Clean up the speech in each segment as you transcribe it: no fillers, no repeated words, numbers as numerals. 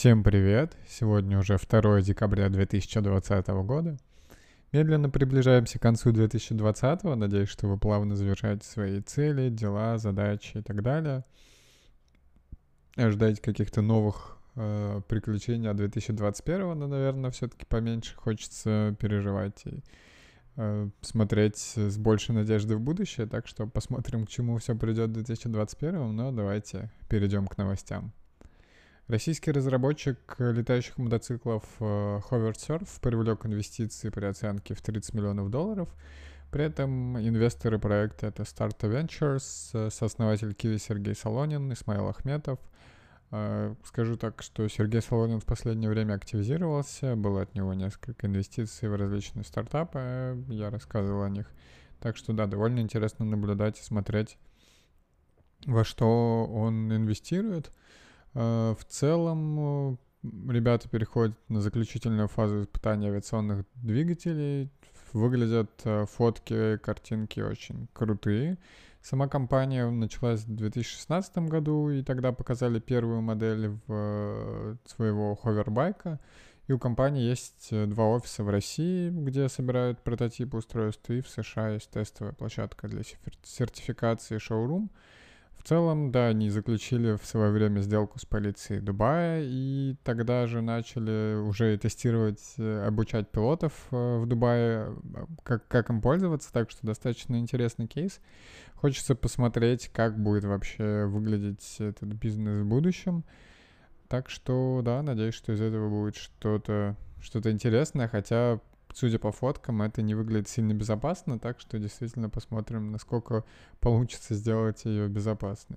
Всем привет! Сегодня уже 2 декабря 2020 года. Медленно приближаемся к концу 2020. Надеюсь, что вы плавно завершаете свои цели, дела, задачи и так далее. Ожидаете каких-то новых приключений от 2021, но, наверное, все-таки поменьше хочется переживать и смотреть с большей надеждой в будущее. Так что посмотрим, к чему все придет в 2021. Но давайте перейдем к новостям. Российский разработчик летающих мотоциклов Hoversurf привлек инвестиции при оценке в $30 миллионов. При этом инвесторы проекта — это Startup Ventures, сооснователь Kiwi Сергей Солонин, Исмаил Ахметов. Скажу так, что Сергей Солонин в последнее время активизировался, было от него несколько инвестиций в различные стартапы, я рассказывал о них. Так что да, довольно интересно наблюдать и смотреть, во что он инвестирует. В целом, ребята переходят на заключительную фазу испытания авиационных двигателей. Выглядят фотки, картинки очень крутые. Сама компания началась в 2016 году, и тогда показали первую модель своего ховербайка. И у компании есть 2 офиса в России, где собирают прототипы устройств, и в США есть тестовая площадка для сертификации шоурум. В целом, да, они заключили в свое время сделку с полицией Дубая, и тогда же начали уже тестировать, обучать пилотов в Дубае, как им пользоваться, так что достаточно интересный кейс. Хочется посмотреть, как будет вообще выглядеть этот бизнес в будущем. Так что, да, надеюсь, что из этого будет что-то интересное, хотя, судя по фоткам, это не выглядит сильно безопасно, так что действительно посмотрим, насколько получится сделать ее безопасной.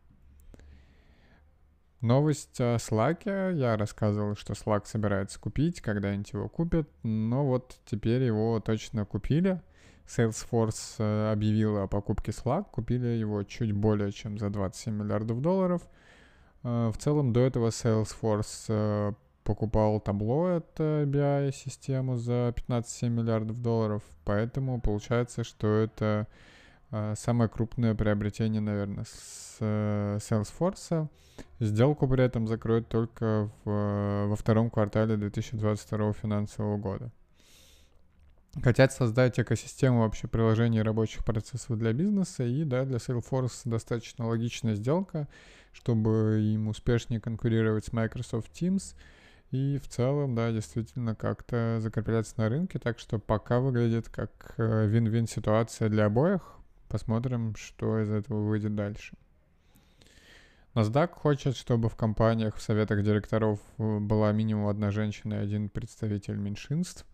Новость о Slack. Я рассказывал, что Slack собирается купить, когда-нибудь его купят, но вот теперь его точно купили. Salesforce объявила о покупке Slack, купили его чуть более чем за $27 миллиардов. В целом до этого Salesforce покупал Tableau, это BI-систему, за $15 миллиардов, поэтому получается, что это самое крупное приобретение, наверное, с Salesforce. Сделку при этом закроют только во втором квартале 2022 финансового года. Хотят создать экосистему вообще приложений и рабочих процессов для бизнеса, и да, для Salesforce достаточно логичная сделка, чтобы им успешнее конкурировать с Microsoft Teams, и в целом, да, действительно как-то закрепляться на рынке, так что пока выглядит как вин-вин ситуация для обоих. Посмотрим, что из этого выйдет дальше. NASDAQ хочет, чтобы в компаниях, в советах директоров была минимум 1 женщина и 1 представитель меньшинств.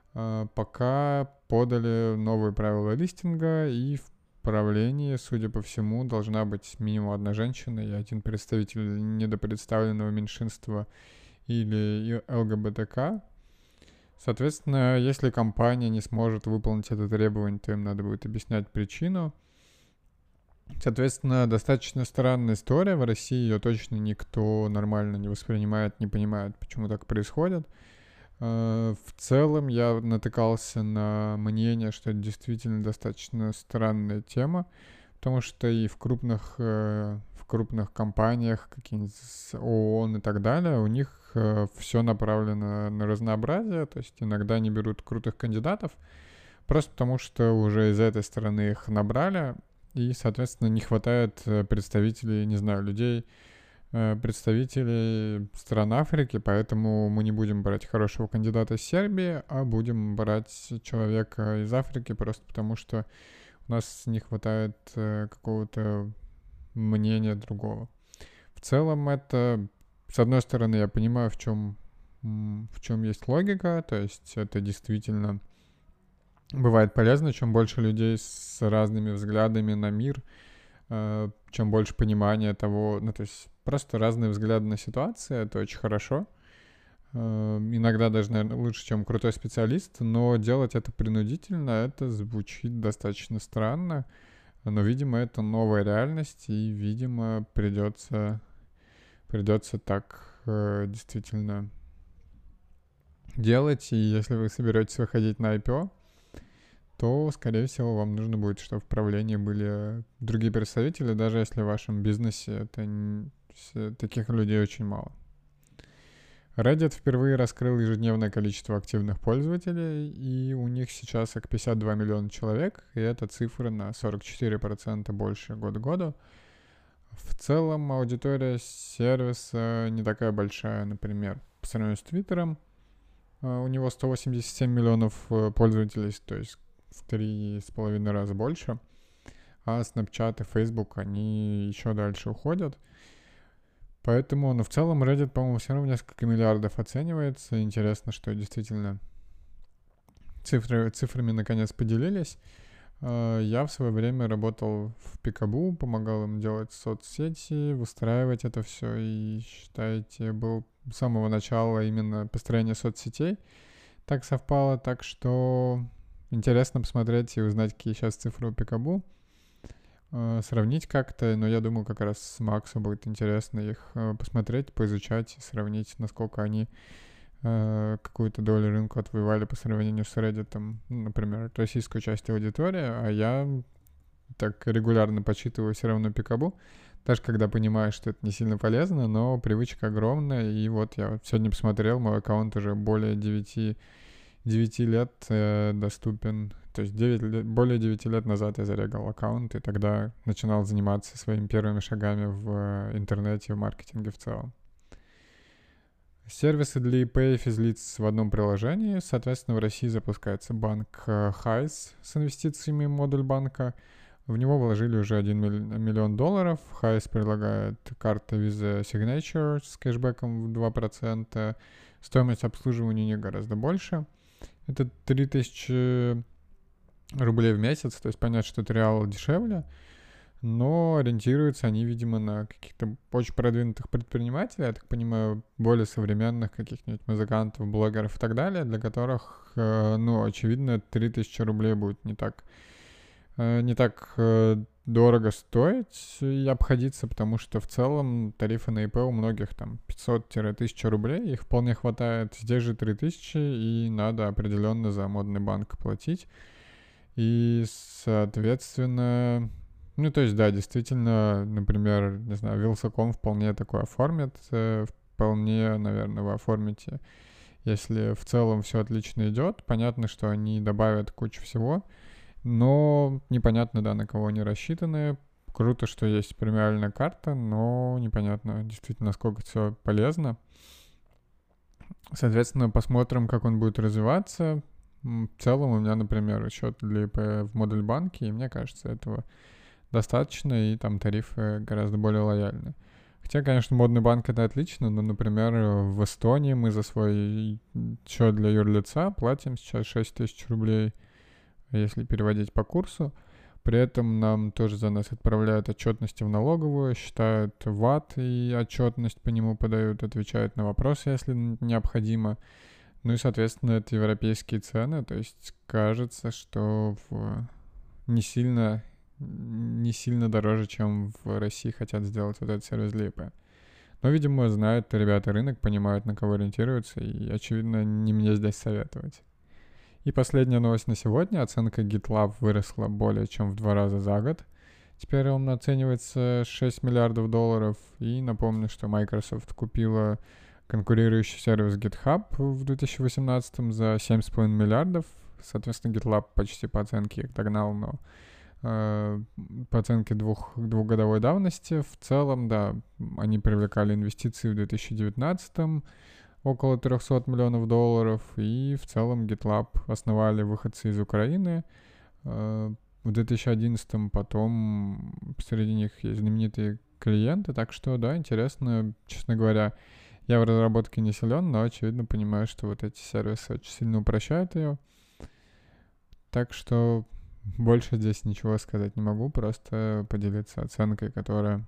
Пока подали новые правила листинга, и в правлении, судя по всему, должна быть минимум 1 женщина и 1 представитель недопредставленного меньшинства или ЛГБТК. Соответственно, если компания не сможет выполнить это требование, то им надо будет объяснять причину. Соответственно, достаточно странная история. В России ее точно никто нормально не воспринимает, не понимает, почему так происходит. В целом я натыкался на мнение, что это действительно достаточно странная тема, потому что и в крупных компаниях, какие-нибудь ООН и так далее, у них все направлено на разнообразие, то есть иногда они берут крутых кандидатов, просто потому что уже из этой стороны их набрали, и, соответственно, не хватает представителей, не знаю, представителей стран Африки, поэтому мы не будем брать хорошего кандидата из Сербии, а будем брать человека из Африки, просто потому что у нас не хватает какого-то мнения другого. В целом это, с одной стороны, я понимаю, в чем есть логика, то есть это действительно бывает полезно, чем больше людей с разными взглядами на мир, чем больше понимания того, то есть просто разные взгляды на ситуацию, это очень хорошо. Иногда даже, наверное, лучше, чем крутой специалист, но делать это принудительно, это звучит достаточно странно, но, видимо, это новая реальность, и, видимо, придется так действительно делать, и если вы соберетесь выходить на IPO, то, скорее всего, вам нужно будет, чтобы в правлении были другие представители, даже если в вашем бизнесе таких людей очень мало. Reddit впервые раскрыл ежедневное количество активных пользователей, и у них сейчас 52 миллиона человек, и это цифра на 44% больше год к году. В целом аудитория сервиса не такая большая, например, по сравнению с Твиттером. У него 187 миллионов пользователей, то есть в 3,5 раза больше. А Snapchat и Facebook, они еще дальше уходят. Поэтому, в целом Reddit, по-моему, все равно в несколько миллиардов оценивается. Интересно, что действительно цифрами наконец поделились. Я в свое время работал в Пикабу, помогал им делать соцсети, выстраивать это все. И, считаете, был с самого начала именно построение соцсетей. Так совпало, так что интересно посмотреть и узнать, какие сейчас цифры у Пикабу. Сравнить как-то, но я думаю, как раз с Максом будет интересно их посмотреть, поизучать, сравнить, насколько они какую-то долю рынка отвоевали по сравнению с Reddit, например, российскую часть аудитории, а я так регулярно почитываю все равно Пикабу, даже когда понимаю, что это не сильно полезно, но привычка огромная, и вот я сегодня посмотрел, мой аккаунт уже более 9 лет доступен. То есть более 9 лет назад я зарегал аккаунт, и тогда начинал заниматься своими первыми шагами в интернете, в маркетинге в целом. Сервисы для ИП и физлиц в одном приложении. Соответственно, в России запускается банк Хайс с инвестициями модуль банка. В него вложили уже $1 миллион. Хайс предлагает карты Visa Signature с кэшбэком в 2%. Стоимость обслуживания у них гораздо больше. Это 3000 рублей в месяц, то есть понятно, что это реально дешевле, но ориентируются они, видимо, на каких-то очень продвинутых предпринимателей, я так понимаю, более современных каких-нибудь музыкантов, блогеров и так далее, для которых, очевидно, 3000 рублей будет не так дорого стоить и обходиться, потому что в целом тарифы на ИП у многих там 500-1000 рублей, их вполне хватает. Здесь же 3000, и надо определенно за модный банк платить. И, соответственно, то есть, да, действительно, например, не знаю, Wylsacom вполне такое оформит, вполне, наверное, вы оформите, если в целом все отлично идет. Понятно, что они добавят кучу всего, но непонятно, да, на кого они рассчитаны. Круто, что есть премиальная карта, но непонятно действительно, насколько все полезно. Соответственно, посмотрим, как он будет развиваться. В целом у меня, например, счет для ИП в модуль банке, и мне кажется, этого достаточно, и там тарифы гораздо более лояльны. Хотя, конечно, модный банк — это отлично, но, например, в Эстонии мы за свой счет для юрлица платим сейчас 6000 рублей, если переводить по курсу. При этом нам тоже за нас отправляют отчетности в налоговую, считают ВАТ и отчетность по нему подают, отвечают на вопросы, если необходимо. Ну и, соответственно, это европейские цены, то есть кажется, что не сильно дороже, чем в России хотят сделать вот этот сервис для ИП. Но, видимо, знают ребята рынок, понимают, на кого ориентируются, и, очевидно, не мне здесь советовать. И последняя новость на сегодня. Оценка GitLab выросла более чем в 2 раза за год. Теперь он оценивается 6 миллиардов долларов. И напомню, что Microsoft купила конкурирующий сервис GitHub в 2018 за 7,5 миллиардов. Соответственно, GitLab почти по оценке их догнал, но по оценке двухгодовой давности. В целом, да, они привлекали инвестиции в 2019 около 300 миллионов долларов, и в целом GitLab основали выходцы из Украины. В 2011 потом среди них есть знаменитые клиенты, так что, да, интересно, честно говоря, я в разработке не силен, но, очевидно, понимаю, что вот эти сервисы очень сильно упрощают ее. Так что больше здесь ничего сказать не могу, просто поделиться оценкой, которая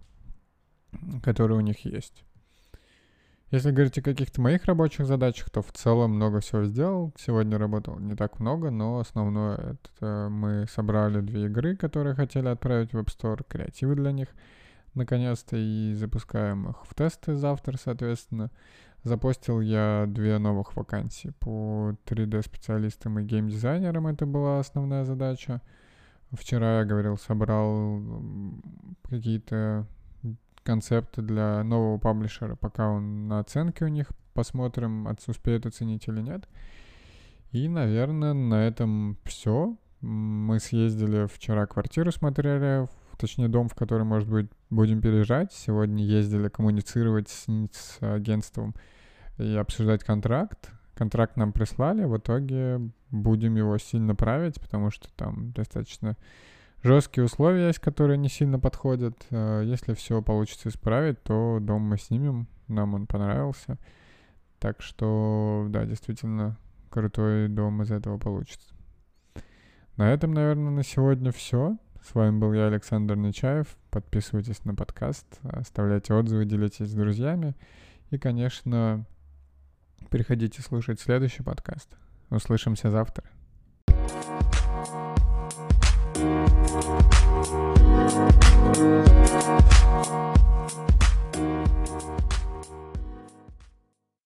у них есть. Если говорить о каких-то моих рабочих задачах, то в целом много всего сделал. Сегодня работал не так много, но основное это мы собрали 2 игры, которые хотели отправить в App Store, креативы для них, наконец-то, и запускаем их в тесты завтра, соответственно. Запостил я 2 новых вакансии по 3D-специалистам и геймдизайнерам, это была основная задача. Вчера я говорил, собрал какие-то концепты для нового паблишера, пока он на оценке у них. Посмотрим, успеют оценить или нет. И, наверное, на этом все. Мы съездили вчера, квартиру смотрели, точнее дом, в который, может быть, будем переезжать. Сегодня ездили коммуницировать с агентством и обсуждать контракт. Контракт нам прислали, в итоге будем его сильно править, потому что там достаточно жесткие условия есть, которые не сильно подходят. Если все получится исправить, то дом мы снимем, нам он понравился. Так что, да, действительно, крутой дом из этого получится. На этом, наверное, на сегодня все. С вами был я, Александр Нечаев. Подписывайтесь на подкаст, оставляйте отзывы, делитесь с друзьями. И, конечно, приходите слушать следующий подкаст. Услышимся завтра.